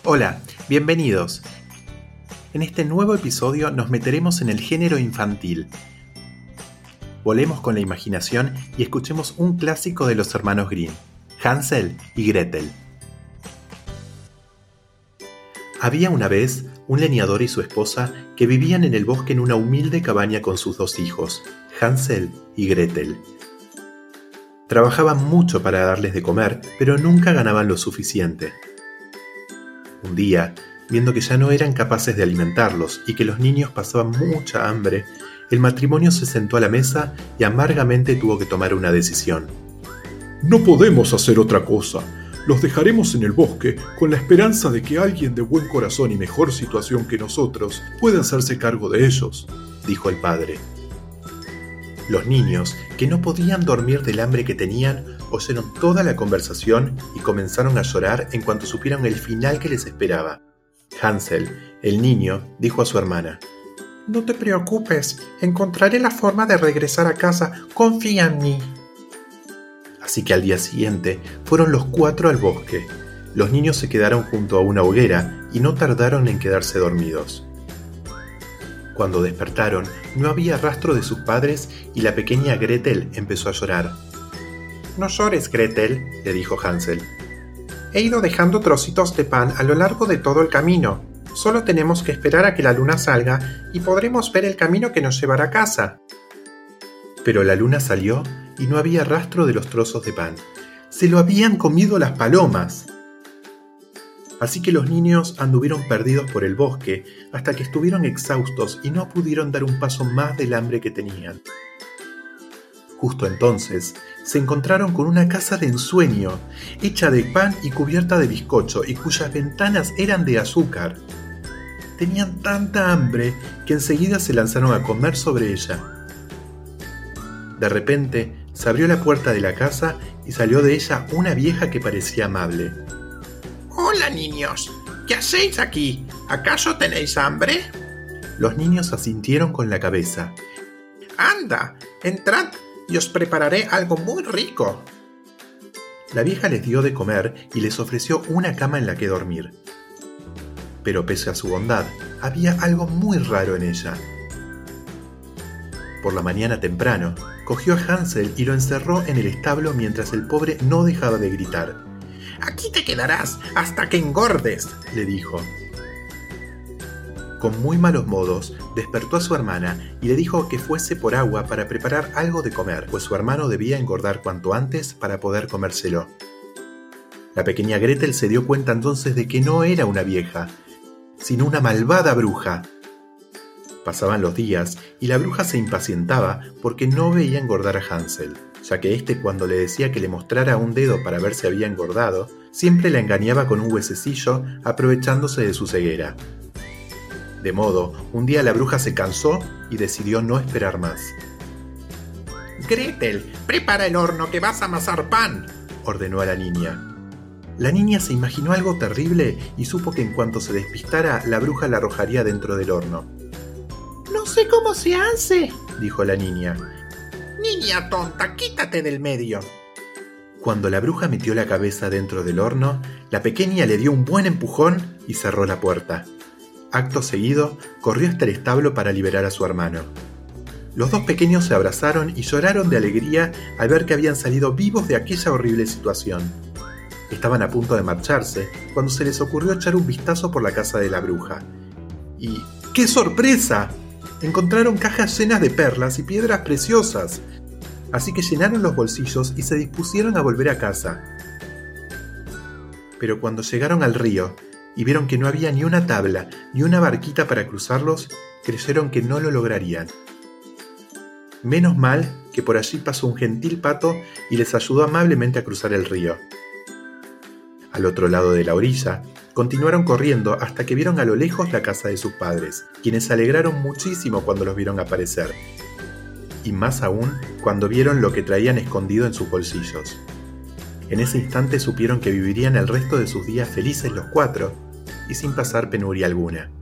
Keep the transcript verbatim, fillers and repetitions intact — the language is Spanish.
Hola, bienvenidos. En este nuevo episodio nos meteremos en el género infantil. Volemos con la imaginación y escuchemos un clásico de los hermanos Grimm, Hansel y Gretel. Había una vez un leñador y su esposa que vivían en el bosque en una humilde cabaña con sus dos hijos, Hansel y Gretel. Trabajaban mucho para darles de comer, pero nunca ganaban lo suficiente. Un día, viendo que ya no eran capaces de alimentarlos y que los niños pasaban mucha hambre, el matrimonio se sentó a la mesa y amargamente tuvo que tomar una decisión. No podemos hacer otra cosa. Los dejaremos en el bosque con la esperanza de que alguien de buen corazón y mejor situación que nosotros pueda hacerse cargo de ellos, dijo el padre. Los niños, que no podían dormir del hambre que tenían, oyeron toda la conversación y comenzaron a llorar en cuanto supieron el final que les esperaba. Hansel, el niño, dijo a su hermana: No te preocupes, encontraré la forma de regresar a casa, confía en mí. Así que al día siguiente fueron los cuatro al bosque. Los niños se quedaron junto a una hoguera y no tardaron en quedarse dormidos. Cuando despertaron, no había rastro de sus padres y la pequeña Gretel empezó a llorar. No llores, Gretel, le dijo Hansel. He ido dejando trocitos de pan a lo largo de todo el camino. Solo tenemos que esperar a que la luna salga y podremos ver el camino que nos llevará a casa. Pero la luna salió y no había rastro de los trozos de pan. ¡Se lo habían comido las palomas! Así que los niños anduvieron perdidos por el bosque hasta que estuvieron exhaustos y no pudieron dar un paso más del hambre que tenían. Justo entonces, se encontraron con una casa de ensueño, hecha de pan y cubierta de bizcocho y cuyas ventanas eran de azúcar. Tenían tanta hambre que enseguida se lanzaron a comer sobre ella. De repente, se abrió la puerta de la casa y salió de ella una vieja que parecía amable. Hola, niños. ¿Qué hacéis aquí? ¿Acaso tenéis hambre? Los niños asintieron con la cabeza. Anda, entrad y os prepararé algo muy rico. La vieja les dio de comer y les ofreció una cama en la que dormir. Pero pese a su bondad, había algo muy raro en ella. Por la mañana temprano, cogió a Hansel y lo encerró en el establo mientras el pobre no dejaba de gritar. «Aquí te quedarás hasta que engordes», le dijo. Con muy malos modos, despertó a su hermana y le dijo que fuese por agua para preparar algo de comer, pues su hermano debía engordar cuanto antes para poder comérselo. La pequeña Gretel se dio cuenta entonces de que no era una vieja, sino una malvada bruja. Pasaban los días y la bruja se impacientaba porque no veía engordar a Hansel, ya que éste, cuando le decía que le mostrara un dedo para ver si había engordado, siempre la engañaba con un huesecillo aprovechándose de su ceguera. De modo, un día la bruja se cansó y decidió no esperar más. «Gretel, prepara el horno que vas a amasar pan», ordenó a la niña. La niña se imaginó algo terrible y supo que en cuanto se despistara, la bruja la arrojaría dentro del horno. «No sé cómo se hace», dijo la niña. «Niña tonta, quítate del medio». Cuando la bruja metió la cabeza dentro del horno, la pequeña le dio un buen empujón y cerró la puerta. Acto seguido, corrió hasta el establo para liberar a su hermano. Los dos pequeños se abrazaron y lloraron de alegría al ver que habían salido vivos de aquella horrible situación. Estaban a punto de marcharse cuando se les ocurrió echar un vistazo por la casa de la bruja. Y ¡qué sorpresa! Encontraron cajas llenas de perlas y piedras preciosas, así que llenaron los bolsillos y se dispusieron a volver a casa. Pero cuando llegaron al río y vieron que no había ni una tabla ni una barquita para cruzarlos, creyeron que no lo lograrían. Menos mal que por allí pasó un gentil pato y les ayudó amablemente a cruzar el río. Al otro lado de la orilla, continuaron corriendo hasta que vieron a lo lejos la casa de sus padres, quienes se alegraron muchísimo cuando los vieron aparecer. Y más aún cuando vieron lo que traían escondido en sus bolsillos. En ese instante supieron que vivirían el resto de sus días felices los cuatro y sin pasar penuria alguna.